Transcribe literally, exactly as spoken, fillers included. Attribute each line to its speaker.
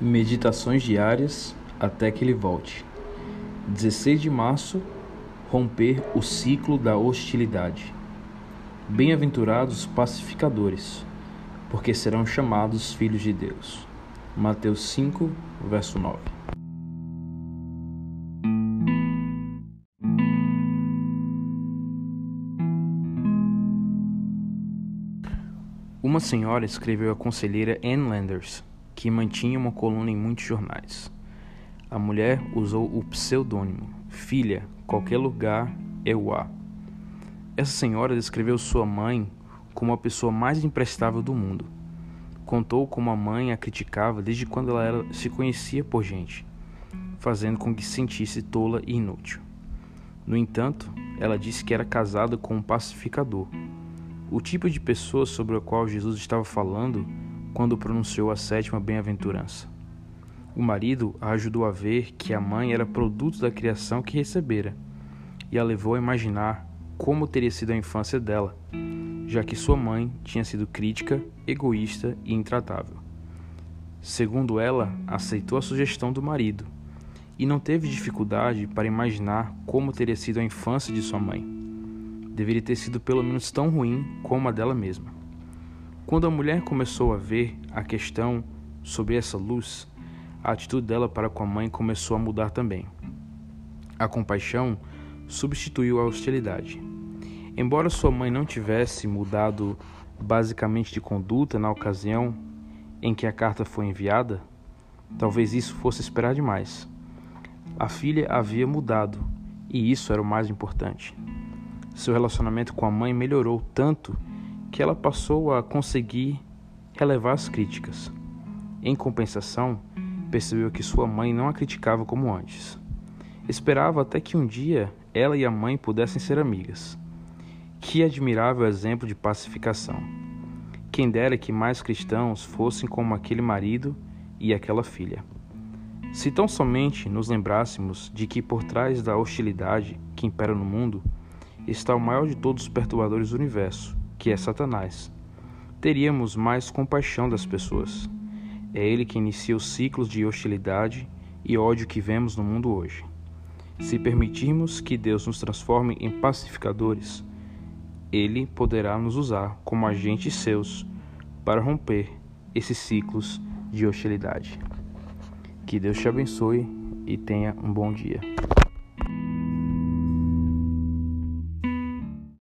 Speaker 1: Meditações diárias até que ele volte. dezesseis de março. Romper o ciclo da hostilidade. Bem-aventurados os pacificadores, porque serão chamados filhos de Deus. Mateus cinco, verso nove. Uma senhora escreveu à conselheira Ann Landers, que mantinha uma coluna em muitos jornais. A mulher usou o pseudônimo Filha, qualquer lugar eu há. Essa senhora descreveu sua mãe como a pessoa mais imprestável do mundo. Contou como a mãe a criticava desde quando ela era, se conhecia por gente, fazendo com que se sentisse tola e inútil. No entanto, ela disse que era casada com um pacificador, o tipo de pessoa sobre a qual Jesus estava falando quando pronunciou a sétima bem-aventurança. O marido a ajudou a ver que a mãe era produto da criação que recebera e a levou a imaginar como teria sido a infância dela, já que sua mãe tinha sido crítica, egoísta e intratável. Segundo ela, aceitou a sugestão do marido e não teve dificuldade para imaginar como teria sido a infância de sua mãe. Deveria ter sido pelo menos tão ruim como a dela mesma. Quando a mulher começou a ver a questão sob essa luz, a atitude dela para com a mãe começou a mudar também. A compaixão substituiu a hostilidade. Embora sua mãe não tivesse mudado basicamente de conduta na ocasião em que a carta foi enviada, talvez isso fosse esperar demais. A filha havia mudado, e isso era o mais importante. Seu relacionamento com a mãe melhorou tanto que ela passou a conseguir relevar as críticas. Em compensação, percebeu que sua mãe não a criticava como antes. Esperava até que um dia ela e a mãe pudessem ser amigas. Que admirável exemplo de pacificação! Quem dera que mais cristãos fossem como aquele marido e aquela filha. Se tão somente nos lembrássemos de que por trás da hostilidade que impera no mundo está o maior de todos os perturbadores do universo, que é Satanás, teríamos mais compaixão das pessoas. É ele que inicia os ciclos de hostilidade e ódio que vemos no mundo hoje. Se permitirmos que Deus nos transforme em pacificadores, Ele poderá nos usar como agentes seus para romper esses ciclos de hostilidade. Que Deus te abençoe e tenha um bom dia.